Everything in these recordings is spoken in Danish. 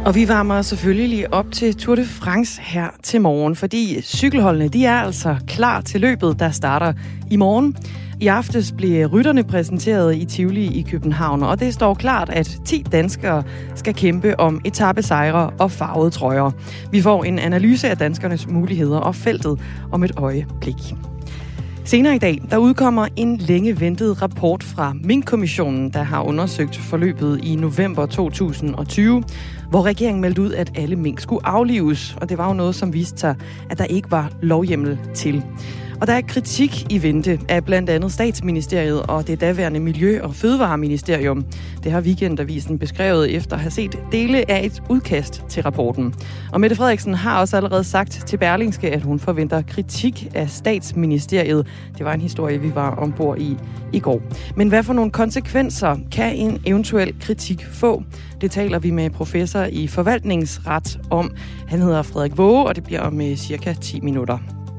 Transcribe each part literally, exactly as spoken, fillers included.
Og vi varmer selvfølgelig op til Tour de France her til morgen, fordi cykelholdene de er altså klar til løbet, der starter i morgen. I aftes blev rytterne præsenteret i Tivoli i København, og det står klart, at ti danskere skal kæmpe om etapesejre og farvede trøjer. Vi får en analyse af danskernes muligheder og feltet om et øjeblik. Senere i dag, der udkommer en længe ventet rapport fra Minkkommissionen, der har undersøgt forløbet i november to tusind og tyve, hvor regeringen meldte ud, at alle mink skulle aflives, og det var jo noget, som viste sig, at der ikke var lovhjemmel til. Og der er kritik i vente af blandt andet Statsministeriet og det daværende Miljø- og Fødevareministerium. Det har Weekendavisen beskrevet efter at have set dele af et udkast til rapporten. Og Mette Frederiksen har også allerede sagt til Berlingske, at hun forventer kritik af Statsministeriet. Det var en historie, vi var ombord i i går. Men hvad for nogle konsekvenser kan en eventuel kritik få? Det taler vi med professor i forvaltningsret om. Han hedder Frederik Waage, og det bliver om cirka ti minutter.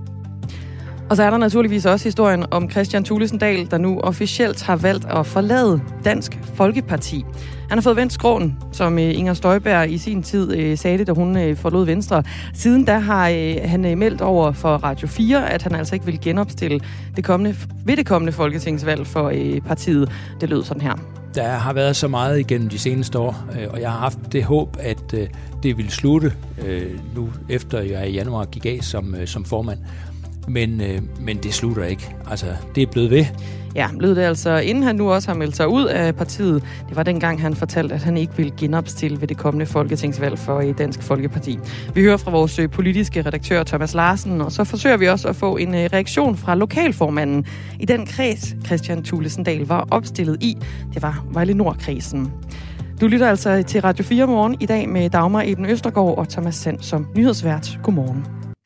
Og så er der naturligvis også historien om Kristian Thulesen Dahl, der nu officielt har valgt at forlade Dansk Folkeparti. Han har fået vendt skråen, som Inger Støjberg i sin tid sagde det, da hun forlod Venstre. Siden da har han meldt over for Radio fire, at han altså ikke vil genopstille det kommende, ved det kommende folketingsvalg for partiet. Det lød sådan her. Der har været så meget igennem de seneste år, og jeg har haft det håb, at det ville slutte nu, efter jeg i januar gik af som, som formand. Men, øh, men det slutter ikke. Altså, det er blevet ved. Ja, lød det altså, inden han nu også har meldt sig ud af partiet. Det var dengang, han fortalte, at han ikke vil genopstille ved det kommende folketingsvalg for Dansk Folkeparti. Vi hører fra vores politiske redaktør Thomas Larsen, og så forsøger vi også at få en reaktion fra lokalformanden i den kreds, Kristian Thulesen Dahl var opstillet i. Det var Vejle Nord-kredsen. Du lytter altså til Radio fire morgen i dag med Dagmar Eben Østergaard og Thomas Sand som nyhedsvært. Godmorgen.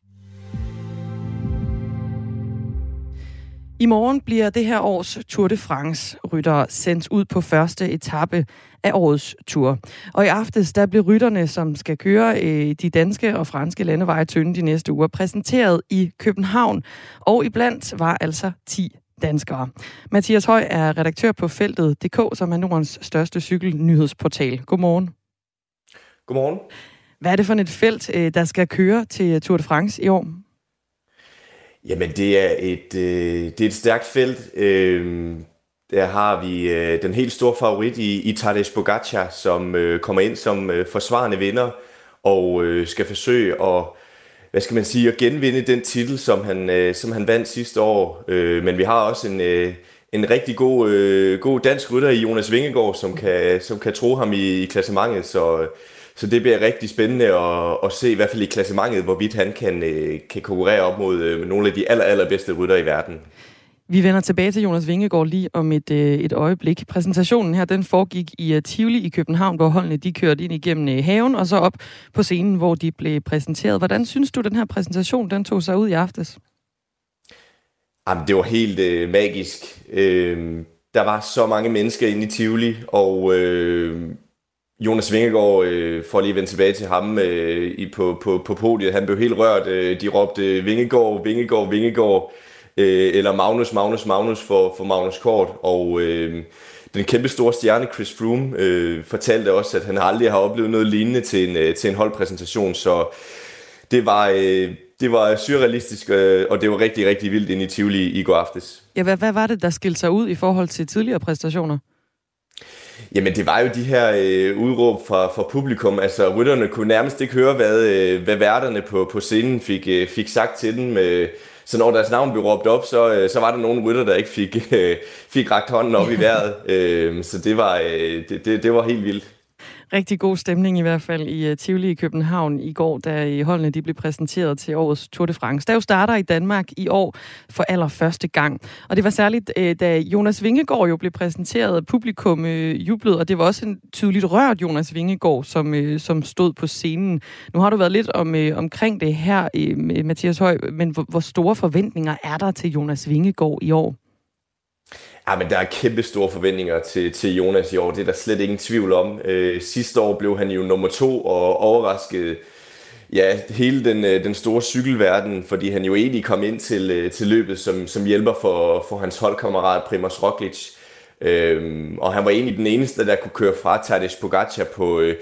I morgen bliver det her års Tour de France-ryttere sendt ud på første etape af årets tur. Og i aftes, der blev rytterne, som skal køre øh, de danske og franske landeveje tynde de næste uger, præsenteret i København. Og iblandt var altså ti danskere. Mathias Høj er redaktør på feltet punktum d k, som er Nordens største cykelnyhedsportal. Godmorgen. Godmorgen. Hvad er det for et felt, øh, der skal køre til Tour de France i år? Jamen, det er et, øh, det er et stærkt felt. Øh, der har vi øh, den helt store favorit i, i Tadej Pogačar, som øh, kommer ind som øh, forsvarende vinder og øh, skal forsøge at, hvad skal man sige, at genvinde den titel, som han, øh, som han vandt sidste år. Øh, men vi har også en, øh, en rigtig god, øh, god dansk rytter i Jonas Vingegaard, som kan, som kan tro ham i, i klassementet, så Så det bliver rigtig spændende at, at se, i hvert fald i klassementet, hvorvidt han kan, kan konkurrere op mod nogle af de aller, allerbedste ryttere i verden. Vi vender tilbage til Jonas Vingegaard lige om et, et øjeblik. Præsentationen her, den foregik i Tivoli i København, hvor holdene de kørte ind igennem haven, og så op på scenen, hvor de blev præsenteret. Hvordan synes du, den her præsentation den tog sig ud i aftes? Jamen, det var helt øh, magisk. Øh, der var så mange mennesker inde i Tivoli, og Øh, Jonas Vingegaard, øh, for lige at vende tilbage til ham øh, i, på, på, på podiet, han blev helt rørt. Øh, de råbte Vingegaard, Vingegaard, Vingegaard, øh, eller Magnus, Magnus, Magnus for, for Magnus Kort. Og øh, den kæmpe store stjerne Chris Froome øh, fortalte også, at han aldrig har oplevet noget lignende til en, til en holdpræsentation. Så det var, øh, det var surrealistisk, øh, og det var rigtig, rigtig vildt inde i Tivoli i går aftes. Ja, hvad, hvad var det, der skilte sig ud i forhold til tidligere præstationer? Jamen, det var jo de her øh, udråb fra, fra publikum. Altså, rytterne kunne nærmest ikke høre, hvad, øh, hvad værterne på, på scenen fik, øh, fik sagt til dem. Øh, så når deres navn blev råbt op, så, øh, så var der nogle rytter, der ikke fik, øh, fik rakt hånden op i vejret. Øh, så det var, øh, det, det, det var helt vildt. Rigtig god stemning i hvert fald i Tivoli i København i går, da holdene de blev præsenteret til årets Tour de France. Der jo starter i Danmark i år for allerførste gang. Og det var særligt, da Jonas Vingegaard jo blev præsenteret, publikum jublede, og det var også en tydeligt rørt Jonas Vingegaard, som, som stod på scenen. Nu har du været lidt om, omkring det her, Mathias Høj, men hvor, hvor store forventninger er der til Jonas Vingegaard i år? Ja, men der er kæmpe store forventninger til, til Jonas i år. Det er der slet ingen tvivl om. Øh, sidste år blev han jo nummer to og overraskede ja, hele den, den store cykelverden, fordi han jo egentlig kom ind til, til løbet som, som hjælper for, for hans holdkammerat Primož Roglič. Øh, og han var egentlig den eneste, der kunne køre fra Tadej Pogačar på,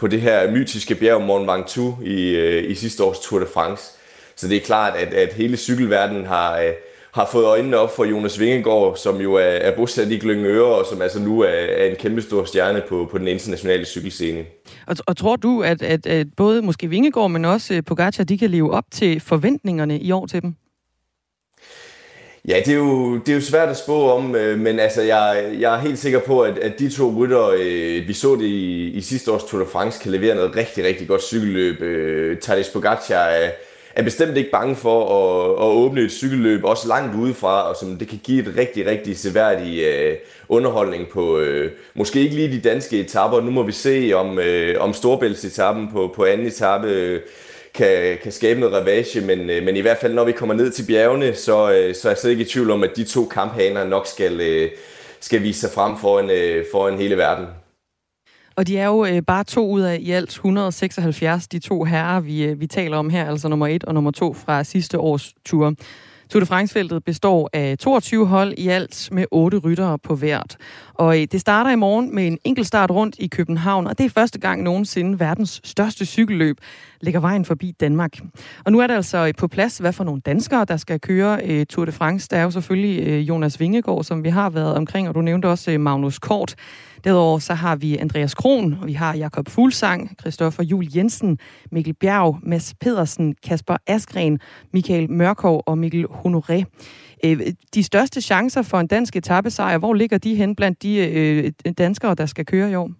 på det her mytiske bjerg Mont Ventoux i, øh, i sidste års Tour de France. Så det er klart, at, at hele cykelverdenen har, øh, har fået øjnene op for Jonas Vingegaard, som jo er, er bosat i Glyngøre, og som altså nu er, er en kæmpe stor stjerne på, på den internationale cykelscene. Og, og tror du, at, at, at både måske Vingegaard, men også Pogačar, de kan leve op til forventningerne i år til dem? Ja, det er jo, det er jo svært at spå om, men altså, jeg, jeg er helt sikker på, at, at de to ryttere, vi så det i, i sidste års Tour de France, kan levere noget rigtig, rigtig godt cykelløb. Tadej Pogačar er, er bestemt ikke bange for at, at åbne et cykelløb, også langt udefra, og som det kan give et rigtig, rigtig seværdig uh, underholdning på, uh, måske ikke lige de danske etaper. Nu må vi se, om, uh, om Storebæltsetappen på, på anden etape uh, kan, kan skabe noget ravage, men, uh, men i hvert fald, når vi kommer ned til bjergene, så, uh, så er jeg slet ikke i tvivl om, at de to kamphaner nok skal, uh, skal vise sig frem foran, uh, foran hele verden. Og de er jo øh, bare to ud af i alt et hundrede og seksoghalvfjerds, de to herrer, vi, øh, vi taler om her, altså nummer et og nummer to fra sidste års tur. Tour de France-feltet består af toogtyve hold i alt med otte ryttere på hvert. Og øh, det starter i morgen med en enkeltstart rundt i København, og det er første gang nogensinde verdens største cykelløb lægger vejen forbi Danmark. Og nu er det altså på plads, hvad for nogle danskere, der skal køre øh, Tour de France. Der er jo selvfølgelig øh, Jonas Vingegaard, som vi har været omkring, og du nævnte også øh, Magnus Kort. Derudover så har vi Andreas Kron, og vi har Jakob Fuglsang, Christoffer Juhl Jensen, Mikkel Bjerg, Mads Pedersen, Kasper Askren, Michael Mørkov og Mikkel Honoré. De største chancer for en dansk etapesejr, hvor ligger de hen blandt de øh, danskere, der skal køre i år?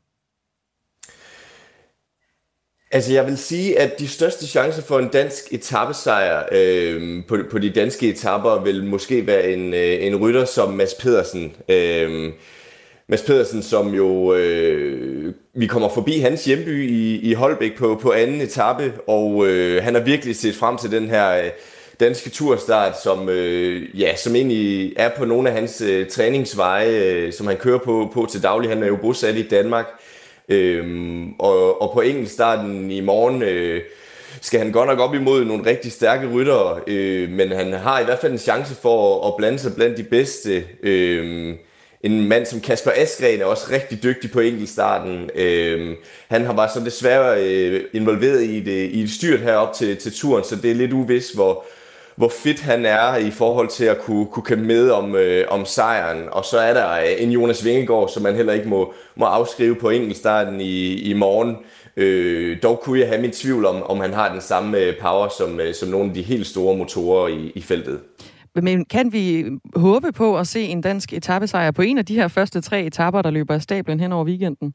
Altså jeg vil sige, at de største chancer for en dansk etapesejr øh, på, på de danske etaper vil måske være en, øh, en rytter som Mads Pedersen. Øh, Mads Pedersen, som jo, øh, vi kommer forbi hans hjemby i, i Holbæk på, på anden etape, og øh, han har virkelig set frem til den her øh, danske turstart, som, øh, ja, som egentlig er på nogle af hans øh, træningsveje, øh, som han kører på, på til daglig. Han er jo bosat i Danmark, øh, og, og på enkeltstarten i morgen øh, skal han godt nok op imod nogle rigtig stærke ryttere, øh, men han har i hvert fald en chance for at, at blande sig blandt de bedste. Øh, En mand som Kasper Askren er også rigtig dygtig på enkeltstarten. Øh, han har bare så desværre øh, involveret i, det, i et styrt herop til, til turen, så det er lidt uvist, hvor, hvor fit han er i forhold til at kunne, kunne kæmpe med om, øh, om sejren. Og så er der en Jonas Vingegaard, som man heller ikke må, må afskrive på enkeltstarten i, i morgen. Øh, dog kunne jeg have min tvivl om, om han har den samme power som, som nogle af de helt store motorer i, i feltet. Men kan vi håbe på at se en dansk etapesejr på en af de her første tre etaper, der løber af stablen hen over weekenden?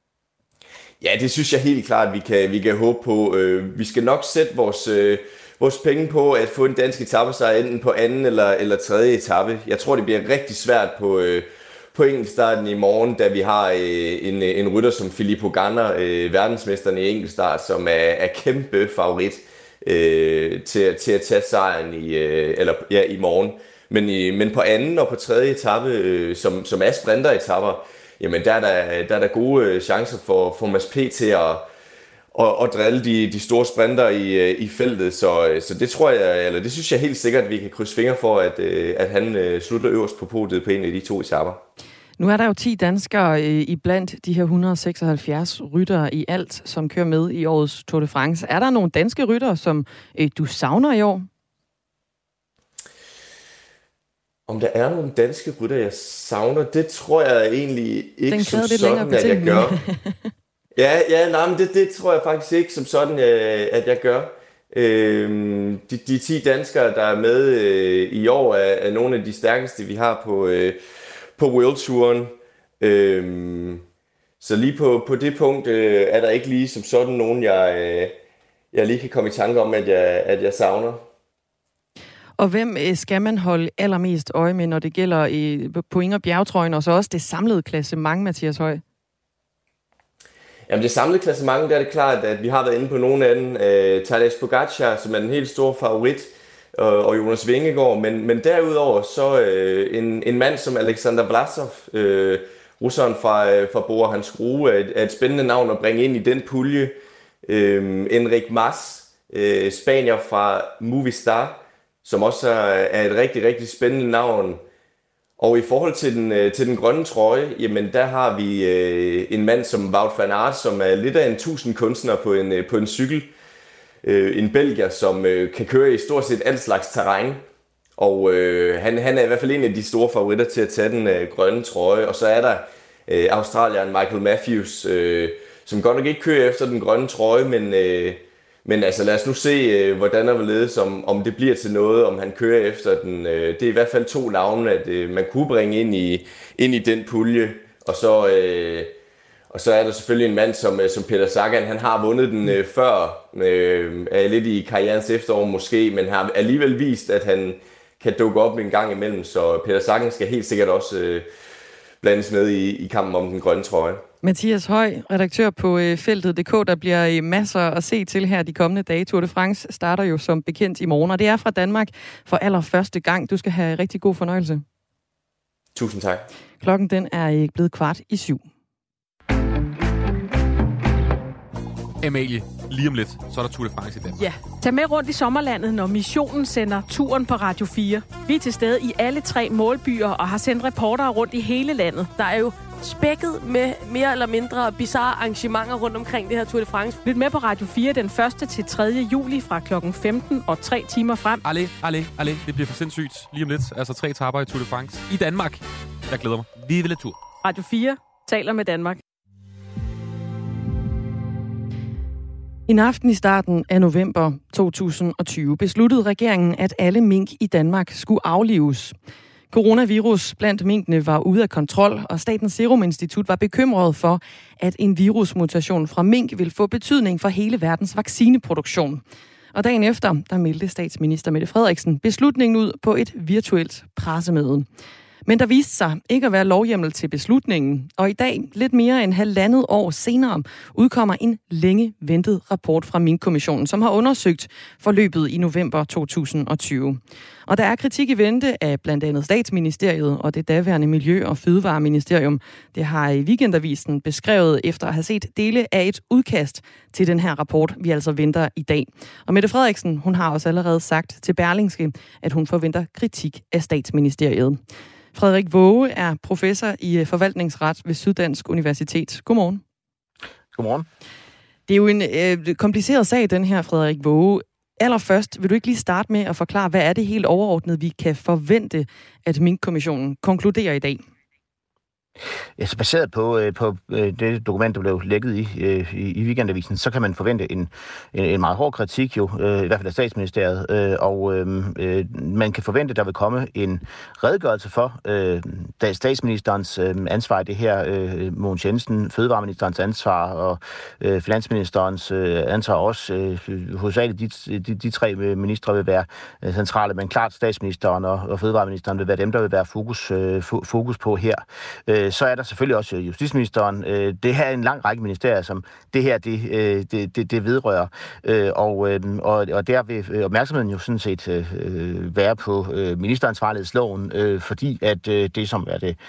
Ja, det synes jeg helt klart, vi kan, vi kan håbe på. Vi skal nok sætte vores, vores penge på at få en dansk etapesejr enten på anden eller, eller tredje etape. Jeg tror, det bliver rigtig svært på, på enkeltstarten i morgen, da vi har en, en rytter som Filippo Ganna, verdensmesteren i enkeltstart, som er, er kæmpe favorit. Øh, til, til at tage sejren i, øh, eller, ja, i morgen. Men, i, men på anden og på tredje etape, øh, som, som er sprinteretapper, jamen der er der, der er der gode chancer for, for Mads P. til at, at, at drille de, de store sprinter i, i feltet. Så, så det tror jeg, eller det synes jeg helt sikkert, at vi kan krydse fingre for, at, at han slutter øverst på podiet på en af de to etaper. Nu er der jo ti danskere øh, i blandt de her et hundrede og seksoghalvfjerds ryttere i alt, som kører med i årets Tour de France. Er der nogle danske ryttere, som øh, du savner i år? Om der er nogle danske ryttere, jeg savner, det tror jeg egentlig ikke Den som sådan, at jeg gør. ja, ja, nej, men det, det tror jeg faktisk ikke som sådan, at jeg gør. Øhm, de, de ti danskere, der er med øh, i år, er, er nogle af de stærkeste, vi har på... Øh, på World-touren. Øhm, så lige på, på det punkt øh, er der ikke lige som sådan nogen, jeg, øh, jeg lige kan komme i tanke om, at jeg, at jeg savner. Og hvem øh, skal man holde allermest øje med, når det gælder øh, point og bjergetrøjen, og så også det samlede klassement, Mathias Høj? Jamen det samlede klassement, der er det klart, at vi har været inde på nogle af dem. Øh, Tadej Pogačar, som er den helt store favorit, og Jonas Vingegaard, men, men derudover så øh, en, en mand som Alexander Vlasov, øh, russeren fra, øh, fra Bora Hansgrohe, er, er et spændende navn at bringe ind i den pulje. Øh, Enric Mas, øh, spanier fra Movistar, som også er, er et rigtig, rigtig spændende navn. Og i forhold til den, til den grønne trøje, jamen der har vi øh, en mand som Wout van Aert, som er lidt af en tusind kunstner på en, på en cykel. Øh, en belgier, som øh, kan køre i stort set alt slags terræn. Og øh, han, han er i hvert fald en af de store favoritter til at tage den øh, grønne trøje. Og så er der øh, australieren Michael Matthews, øh, som godt nok ikke kører efter den grønne trøje, men... Øh, Men altså lad os nu se, hvordan der vil ledes, om, om det bliver til noget, om han kører efter den. Det er i hvert fald to navne, at man kunne bringe ind i, ind i den pulje. Og så, øh, og så er der selvfølgelig en mand som, som Peter Sagan. Han har vundet den øh, før, øh, er lidt i karrierens efterår måske, men har alligevel vist, at han kan dukke op en gang imellem. Så Peter Sagan skal helt sikkert også øh, blandes med i, i kampen om den grønne trøje. Mathias Høj, redaktør på feltet punktum d k. Der bliver masser at se til her de kommende dage. Tour de France starter jo som bekendt i morgen, og det er fra Danmark for allerførste gang. Du skal have rigtig god fornøjelse. Tusind tak. Klokken den er blevet kvart i syv. Amalie, lige om lidt, så er der Tour de France i Danmark. Ja, tag med rundt i sommerlandet, når missionen sender turen på Radio fire. Vi er til stede i alle tre målbyer og har sendt reportere rundt i hele landet. Der er jo spækket med mere eller mindre bizarre arrangementer rundt omkring det her Tour de France. Lyt med på Radio fire den første til tredje juli fra klokken femten og tre timer frem. Allé, allé, allé. Det bliver for sindssygt lige om lidt. Altså tre etaper i Tour de France i Danmark. Jeg glæder mig. Vive la Tour. Radio fire taler med Danmark. En aften i starten af november to tusind og tyve besluttede regeringen, at alle mink i Danmark skulle aflives. Coronavirus blandt minkene var ude af kontrol, og Statens Serum Institut var bekymret for, at en virusmutation fra mink ville få betydning for hele verdens vaccineproduktion. Og dagen efter, der meldte statsminister Mette Frederiksen beslutningen ud på et virtuelt pressemøde. Men der viste sig ikke at være lovhjemmel til beslutningen, og i dag, lidt mere end halvandet år senere, udkommer en længe ventet rapport fra Minkkommissionen, som har undersøgt forløbet i november to tusind og tyve. Og der er kritik i vente af blandt andet Statsministeriet og det daværende Miljø- og Fødevareministerium. Det har i Weekendavisen beskrevet efter at have set dele af et udkast til den her rapport, vi altså venter i dag. Og Mette Frederiksen, hun har også allerede sagt til Berlingske, at hun forventer kritik af Statsministeriet. Frederik Waage er professor i forvaltningsret ved Syddansk Universitet. Godmorgen. Godmorgen. Det er jo en øh, kompliceret sag, den her, Frederik Waage. Allerførst, vil du ikke lige starte med at forklare, hvad er det helt overordnet, vi kan forvente, at Minkkommissionen konkluderer i dag? Ja, så baseret på, øh, på øh, det dokument, der blev lækket i, øh, i, i Weekendavisen, så kan man forvente en, en, en meget hård kritik, jo, øh, i hvert fald af Statsministeriet, øh, og øh, øh, man kan forvente, at der vil komme en redegørelse for øh, statsministerens øh, ansvar i det her, øh, Mogens Jensen, fødevareministerens ansvar og øh, finansministerens øh, ansvar også. Øh, hovedsageligt de, de, de tre ministre vil være øh, centrale, men klart statsministeren og, og fødevareministeren vil være dem, der vil være fokus, øh, fokus på her. Øh, Så er der selvfølgelig også justitsministeren. Det her er en lang række ministerier, som det her det, det, det, det vedrører. Og, og, og der vil opmærksomheden jo sådan set være på ministeransvarlighedsloven, fordi at det, som er det,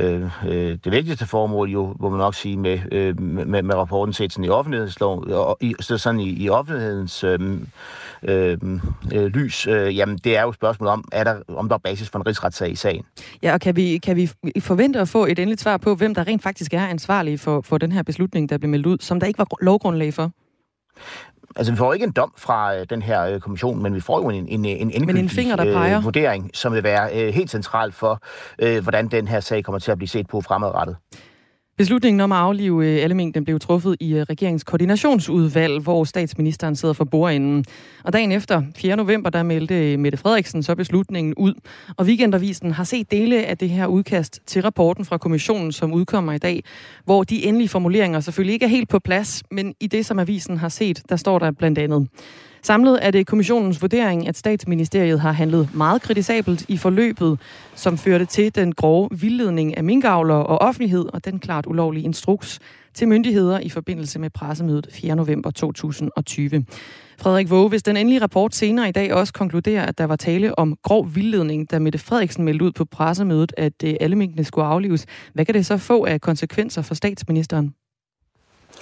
det vigtigste formål, jo, må man nok sige, med, med, med rapporten set sådan i offentlighedsloven, og i, sådan i, i offentlighedens øh, øh, lys, øh, jamen det er jo et spørgsmål om, er der, om der er basis for en rigsretssag i sagen. Ja, og kan vi, kan vi forvente at få et endeligt svar på, hvem der rent faktisk er ansvarlig for, for den her beslutning, der blev meldt ud, som der ikke var lovgrundlag for? Altså, vi får ikke en dom fra øh, den her øh, kommission, men vi får jo en, en, en endegyldig en finger, der peger. øh, vurdering, som vil være øh, helt central for, øh, hvordan den her sag kommer til at blive set på fremadrettet. Beslutningen om at aflive alle minkene blev truffet i regeringens koordinationsudvalg, hvor statsministeren sidder for bordenden. Og dagen efter, fjerde november, der meldte Mette Frederiksen så beslutningen ud. Og Weekendavisen har set dele af det her udkast til rapporten fra kommissionen, som udkommer i dag, hvor de endelige formuleringer selvfølgelig ikke er helt på plads, men i det, som avisen har set, der står der blandt andet: samlet er det kommissionens vurdering, at Statsministeriet har handlet meget kritisabelt i forløbet, som førte til den grove vildledning af minkavlere og offentlighed og den klart ulovlige instruks til myndigheder i forbindelse med pressemødet fjerde november to tusind og tyve. Frederik Waage, hvis den endelige rapport senere i dag også konkluderer, at der var tale om grov vildledning, da Mette Frederiksen meldte ud på pressemødet, at alle minkene skulle aflives, hvad kan det så få af konsekvenser for statsministeren?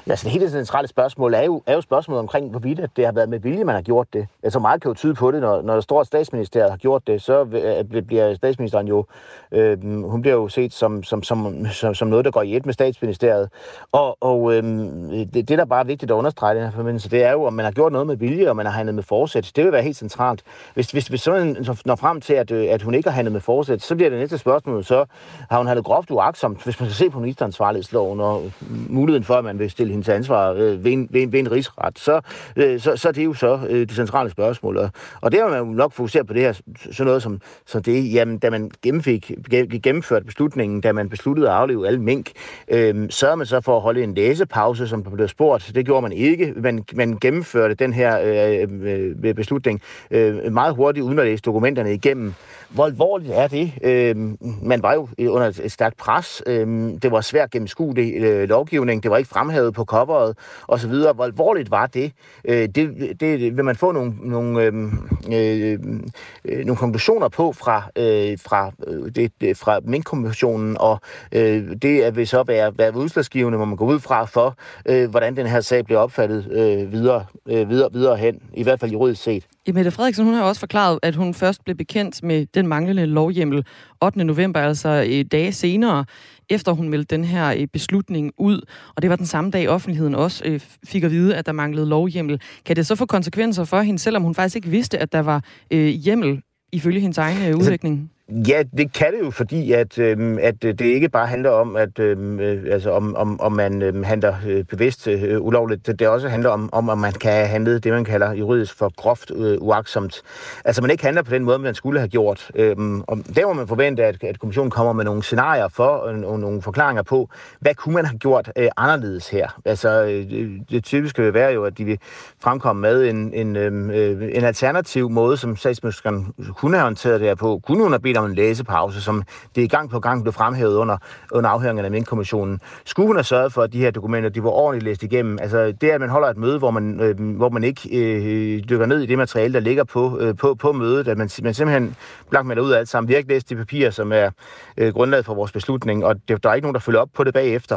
Altså, det helt centrale spørgsmål er jo, er jo spørgsmålet omkring, hvorvidt at det har været med vilje, man har gjort det. Altså, meget kan jo tyde på det, når, når der står, at statsministeriet har gjort det, så bliver statsministeren jo, øh, hun bliver jo set som, som, som, som, som noget, der går i et med statsministeriet. Og, og øh, det, det, der bare er vigtigt at understrege i den her forbindelse, det er jo, om man har gjort noget med vilje, og man har handlet med forsæt. Det vil være helt centralt. Hvis, hvis, hvis sådan når frem til, at, at hun ikke har handlet med forsæt, så bliver det næste spørgsmål, så har hun handlet groft uagtsomt, hvis man skal se på ministeransvarlighedsloven og muligheden for, at man vil stille hende til ansvar øh, ved, en, ved, en, ved en rigsret, så, øh, så, så det er jo så øh, det centrale spørgsmål. Og, og det har man jo nok fokuseret på det her, sådan noget som, som det, jamen, da man gennemfik, gennemførte beslutningen, da man besluttede at aflive alle mink, øh, sørgede man så for at holde en læsepause, som blev spurgt. Det gjorde man ikke. Man, man gennemførte den her øh, øh, beslutning øh, meget hurtigt, uden at læse dokumenterne igennem. Hvor alvorligt er det? Øh, man var jo under et stærkt pres. Øh, det var svært gennemskuelig øh, lovgivning. Det var ikke fremhævet på coveret osv. Hvor alvorligt var det? Øh, det, det vil man få nogle, nogle, øh, øh, nogle konklusioner på fra, øh, fra, det, det, fra Mink-kommissionen, og øh, det vil så være, være udslagsgivende, hvor man går ud fra for, øh, hvordan den her sag bliver opfattet øh, videre, øh, videre, videre hen, i hvert fald juridisk set. Ja, Mette Frederiksen, hun har også forklaret, at hun først blev bekendt med den manglende lovhjemmel ottende november, altså dage senere, efter hun meldte den her beslutning ud. Og det var den samme dag, offentligheden også fik at vide, at der manglede lovhjemmel. Kan det så få konsekvenser for hende, selvom hun faktisk ikke vidste, at der var hjemmel ifølge hendes egen udlægning? Ja, det kan det jo, fordi at, øh, at det ikke bare handler om, at øh, altså om, om, om man øh, handler øh, bevidst øh, ulovligt. Det, det også handler om, om, om man kan have handlet det, man kalder juridisk for groft øh, uagtsomt. Altså man ikke handler på den måde, man skulle have gjort. Øh, og der må man forvente, at, at kommissionen kommer med nogle scenarier for, og, og nogle forklaringer på, hvad kunne man have gjort øh, anderledes her? Altså øh, det typiske vil være jo, at de vil fremkomme med en, en, øh, en alternativ måde, som statsministeren kunne have håndteret det her på. Kunne hun have bedt om en læsepause, som det i gang på gang blev fremhævet under, under afhøringen af Mink-kommissionen. Skulle hun have sørget for, at de her dokumenter, de var ordentligt læst igennem? Altså det, at man holder et møde, hvor man, øh, hvor man ikke øh, dykker ned i det materiale, der ligger på, øh, på, på mødet, at man, man simpelthen blankt melder ud af alt sammen. Vi har ikke læst de papirer, som er øh, grundlaget for vores beslutning, og det, der er ikke nogen, der følger op på det bagefter.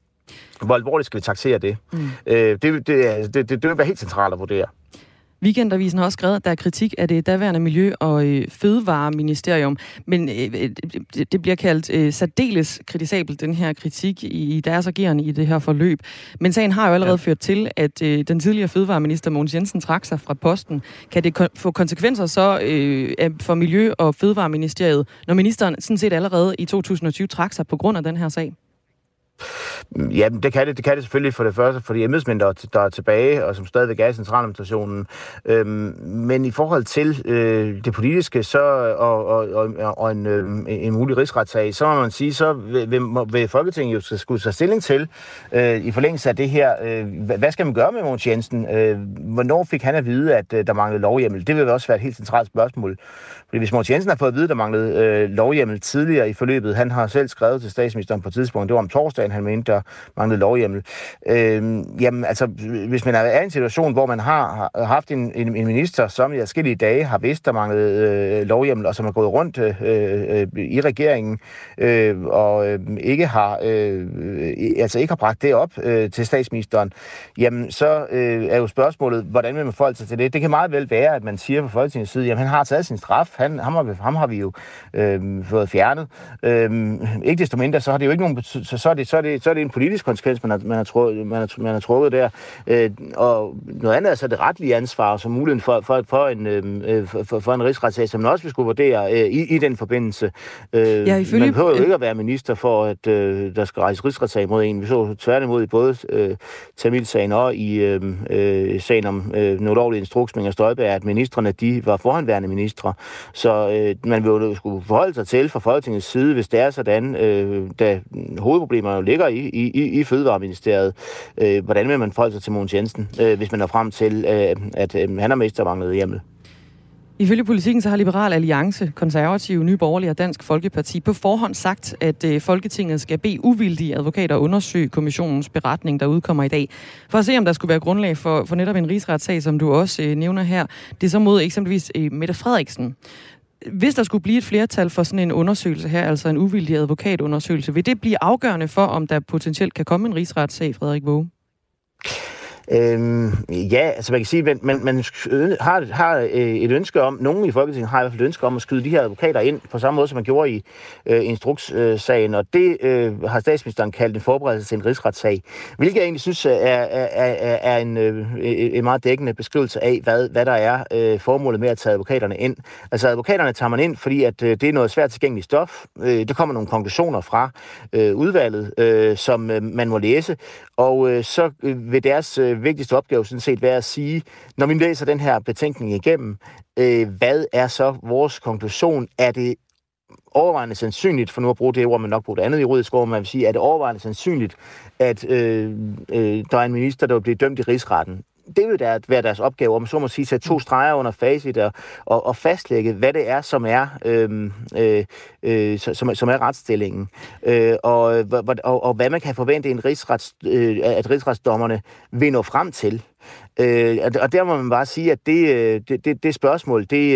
Hvor alvorligt skal vi taksere det? Mm. Øh, det, det, det, det? Det vil være helt centralt at vurdere. Weekendavisen har også skrevet, at der er kritik af det daværende Miljø- og øh, Fødevareministerium, men øh, det, det bliver kaldt øh, særdeles kritisabelt, den her kritik i, i deres agerende i det her forløb. Men sagen har jo allerede ja. ført til, at øh, den tidligere fødevareminister Mogens Jensen trak sig fra posten. Kan det ko- få konsekvenser så øh, for Miljø- og Fødevareministeriet, når ministeren sådan set allerede i to tusind og tyve trak sig på grund af den her sag? Ja, det kan det, det kan det selvfølgelig for det første, for de embedsmænd, der, der er tilbage, og som stadigvæk er i centraladministrationen. Øhm, men i forhold til øh, det politiske, så, og, og, og, og en, øh, en mulig rigsretssag, så må man sige, så vil, vil, vil Folketinget jo skulle tage stilling til, øh, i forlængelse af det her, øh, hvad skal man gøre med Mogens Jensen? Øh, hvornår fik han at vide, at øh, der manglede lovhjemmel? Det vil også være et helt centralt spørgsmål. Fordi hvis Mogens Jensen har fået at vide, at der manglede øh, lovhjemmel tidligere i forløbet, han har selv skrevet til statsministeren på et tidspunkt, det var om torsdagen, han mente, der manglede lovhjemmel. Øh, jamen, altså, hvis man er i en situation, hvor man har, har haft en, en, en minister, som i forskellige dage har vidst, der manglede øh, lovhjemmel, og som er gået rundt øh, øh, i regeringen, øh, og øh, ikke har øh, altså ikke har bragt det op øh, til statsministeren, jamen, så øh, er jo spørgsmålet, hvordan vil man forholde sig til det? Det kan meget vel være, at man siger på Folketingets side, jamen, han har taget sin straf, han, ham, har, ham har vi jo øh, fået fjernet. Øh, ikke desto mindre, så har det jo ikke nogen, så, så, er det, så, er det, så er det en politisk konsekvens, man har, man har, trukket, man har, man har trukket der. Øh, og noget andet er så det retlige ansvar, som muligheden for, for, for, en, øh, for, for en rigsretssag, som man også vil skulle vurdere øh, i, i den forbindelse. Øh, ja, ifølge... Man behøver jo ikke at være minister for, at øh, der skal rejse rigsretssag mod en. Vi så tværtimod i både øh, Tamilsagen og i øh, øh, sagen om øh, den ulovlige instruks med Inger Støjberg, at ministrene, de var forhåndværende ministre. Så øh, man vil jo skulle forholde sig til fra Folketingets side, hvis det er sådan, øh, da hovedproblemer jo ligger i, i, i Fødevareministeriet. Øh, hvordan vil man forholde sig til Mogens Jensen, øh, hvis man er frem til, øh, at øh, han har mistet manglet hjemmel? Ifølge Politikken så har Liberal Alliance, Konservative, Nye Borgerlige og Dansk Folkeparti på forhånd sagt, at øh, Folketinget skal bede uvildige advokater undersøge kommissionens beretning, der udkommer i dag, for at se, om der skulle være grundlag for, for netop en rigsretssag, som du også øh, nævner her. Det er så mod eksempelvis øh, Mette Frederiksen. Hvis der skulle blive et flertal for sådan en undersøgelse her, altså en uvildig advokatundersøgelse, vil det blive afgørende for, om der potentielt kan komme en rigsretssag, Frederik Waage? Øhm, ja, altså man kan sige, at man, man har, har et ønske om, nogen i Folketinget har i hvert fald et ønske om at skyde de her advokater ind på samme måde, som man gjorde i øh, instrukssagen, og det øh, har statsministeren kaldt en forberedelse til en rigsretssag, hvilket jeg egentlig synes er, er, er, er en, øh, en meget dækkende beskrivelse af, hvad, hvad der er øh, formålet med at tage advokaterne ind. Altså advokaterne tager man ind, fordi at, øh, det er noget svært tilgængeligt stof. Øh, der kommer nogle konklusioner fra øh, udvalget, øh, som øh, man må læse, og øh, så øh, vil deres øh, vigtigste opgave sådan set være at sige, når vi læser den her betænkning igennem, øh, hvad er så vores konklusion? Er det overvejende sandsynligt, for nu at bruge det ord, man nok bruger det andet juridisk ord, man vil sige, er det overvejende sandsynligt, at øh, øh, der er en minister, der vil blive dømt i rigsretten? Det vil der være deres opgave, om så må sige, sætte to streger under facit og, og, og fastlægge, hvad det er, som er, øh, øh, som, som er retsstillingen, øh, og, og, og hvad man kan forvente, en rigsrets, øh, at rigsretsdommerne vil nå frem til. Øh, og der må man bare sige, at det, det, det, det spørgsmål, det,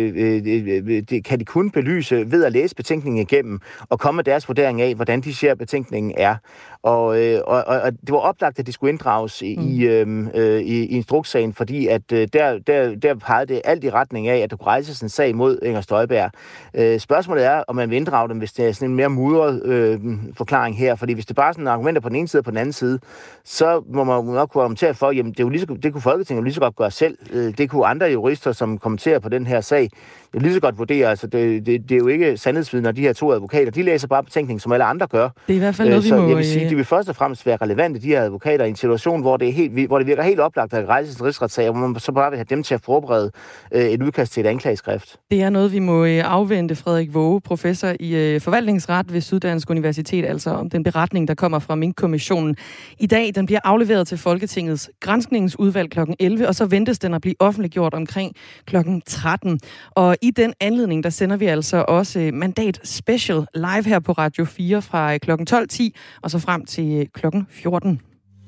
det, det kan de kun belyse ved at læse betænkningen igennem og komme med deres vurdering af, hvordan de ser betænkningen er. Og, og, og det var oplagt, at de skulle inddrages i, mm. øh, i, i instrukssagen, fordi at der, der, der pegede det alt i retning af, at der kunne rejses en sag mod Inger Støjberg. Øh, spørgsmålet er, om man vil inddrage dem, hvis det er sådan en mere mudret øh, forklaring her, fordi hvis det bare er sådan argumenter på den ene side og på den anden side, så må man nok kunne argumentere for, jamen det er jo lige så, det kunne Folketinget jo lige så godt gøre selv. Det kunne andre jurister, som kommenterer på den her sag, jo lige så godt vurdere. Altså, det, det, det er jo ikke sandhedsvidner, de her to advokater. De læser bare betænkningen, som alle andre gør. Det er i hvert fald noget, så vi må... jeg vil sige, de vil først og fremmest være relevante, de her advokater, i en situation, hvor det, er helt, hvor det virker helt oplagt at rejse en rigsretssag, hvor man så bare vil have dem til at forberede et udkast til et anklageskrift. Det er noget, vi må afvente. Frederik Waage, professor i forvaltningsret ved Syddansk Universitet, altså om den beretning, der kommer fra Mink-kommissionen. I dag, den bliver afleveret til Folketingets granskningsudvalg klokken elleve, og så ventes den at blive offentliggjort omkring klokken tretten. Og i den anledning, der sender vi altså også Mandat Special live her på Radio fire fra klokken tolv ti og så frem til klokken fjorten.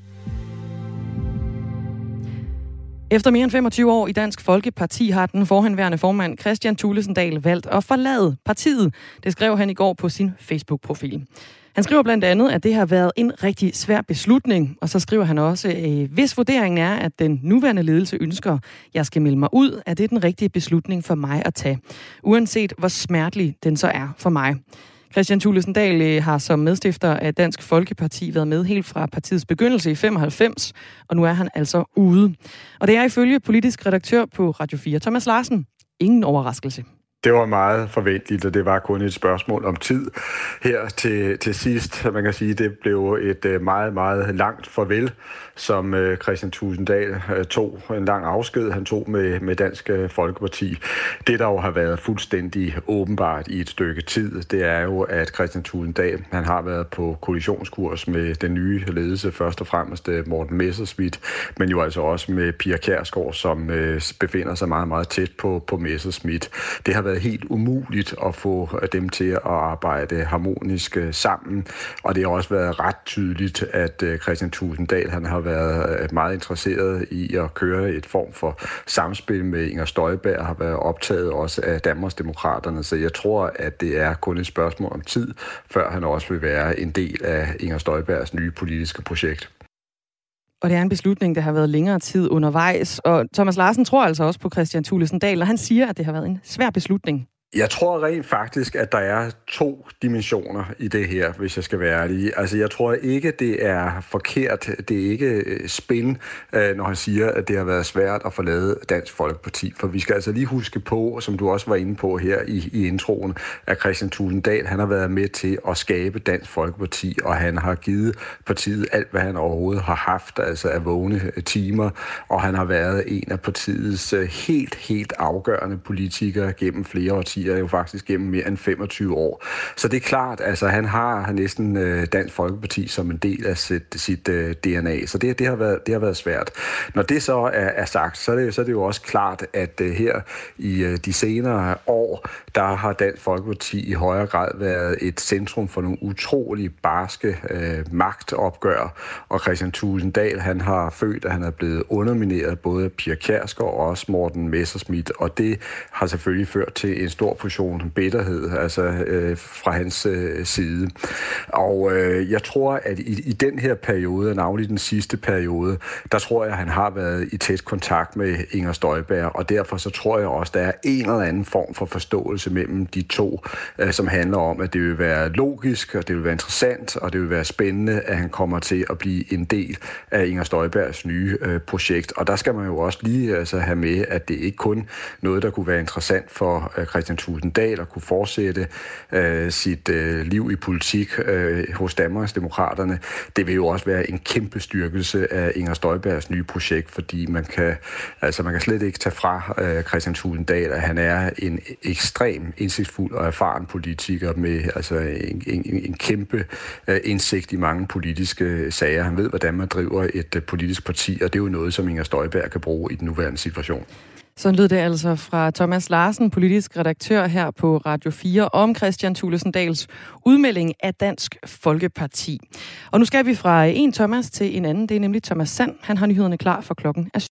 Efter mere end femogtyve år i Dansk Folkeparti har den forhenværende formand Kristian Thulesen Dahl valgt at forlade partiet. Det skrev han i går på sin Facebook-profil. Han skriver blandt andet, at det har været en rigtig svær beslutning, og så skriver han også, at hvis vurderingen er, at den nuværende ledelse ønsker, at jeg skal melde mig ud, er det den rigtige beslutning for mig at tage, uanset hvor smertelig den så er for mig. Kristian Thulesen Dahl har som medstifter af Dansk Folkeparti været med helt fra partiets begyndelse i femoghalvfems, og nu er han altså ude. Og det er ifølge politisk redaktør på Radio fire, Thomas Larsen, ingen overraskelse. Det var meget forventeligt, og det var kun et spørgsmål om tid. Her til, til sidst, man kan sige, det blev et meget, meget langt farvel, som Kristian Thulesen Dahl tog, en lang afsked, han tog med, med Dansk Folkeparti. Det, der jo har været fuldstændig åbenbart i et stykke tid, det er jo, at Kristian Thulesen Dahl, han har været på kollisionskurs med den nye ledelse, først og fremmest Morten Messerschmidt, men jo altså også med Pia Kjærsgaard, som befinder sig meget, meget tæt på, på Messerschmidt. Det har været helt umuligt at få dem til at arbejde harmonisk sammen, og det har også været ret tydeligt, at Kristian Thulesen Dahl, han har været meget interesseret i at køre et form for samspil med Inger Støjberg, har været optaget også af Danmarksdemokraterne, så jeg tror, at det er kun et spørgsmål om tid, før han også vil være en del af Inger Støjbergs nye politiske projekt. Og det er en beslutning, der har været længere tid undervejs. Og Thomas Larsen tror altså også på Kristian Thulesen Dahl, og han siger, at det har været en svær beslutning. Jeg tror rent faktisk, at der er to dimensioner i det her, hvis jeg skal være ærlig. Altså, jeg tror ikke, det er forkert. Det er ikke spin, når han siger, at det har været svært at forlade Dansk Folkeparti. For vi skal altså lige huske på, som du også var inde på her i, i introen, at Kristian Thulesen Dahl, han har været med til at skabe Dansk Folkeparti, og han har givet partiet alt, hvad han overhovedet har haft, altså af vågne timer, og han har været en af partiets helt, helt afgørende politikere gennem flere årtier. Er jo faktisk gennem mere end femogtyve år. Så det er klart, altså han har næsten øh, Dansk Folkeparti som en del af sit, sit øh, D N A, så det, det, har været, det har været svært. Når det så er, er sagt, så er, det, så er det jo også klart, at øh, her i øh, de senere år, der har Dansk Folkeparti i højere grad været et centrum for nogle utrolig barske øh, magtopgør, og Kristian Thulesen Dahl, han har følt, at han er blevet undermineret både af Pia Kjærsgaard og også Morten Messerschmidt, og det har selvfølgelig ført til en stor stor portion bitterhed altså, øh, fra hans øh, side. Og øh, jeg tror, at i, i den her periode, navnlig den sidste periode, der tror jeg, at han har været i tæt kontakt med Inger Støjberg, og derfor så tror jeg også, at der er en eller anden form for forståelse mellem de to, øh, som handler om, at det vil være logisk, og det vil være interessant, og det vil være spændende, at han kommer til at blive en del af Inger Støjbergs nye øh, projekt. Og der skal man jo også lige altså, have med, at det ikke kun noget, der kunne være interessant for øh, Kristian Thulesen Dahl at kunne fortsætte øh, sit øh, liv i politik øh, hos Danmarksdemokraterne. Det vil jo også være en kæmpe styrkelse af Inger Støjbergs nye projekt, fordi man kan, altså, man kan slet ikke tage fra øh, Kristian Thulesen Dahl, at han er en ekstrem indsigtsfuld og erfaren politiker med altså, en, en, en kæmpe øh, indsigt i mange politiske sager. Han ved, hvordan man driver et øh, politisk parti, og det er jo noget, som Inger Støjberg kan bruge i den nuværende situation. Sådan lød det altså fra Thomas Larsen, politisk redaktør her på Radio fire, om Kristian Thulesen Dahls udmelding af Dansk Folkeparti. Og nu skal vi fra en Thomas til en anden, det er nemlig Thomas Sand. Han har nyhederne klar for klokken er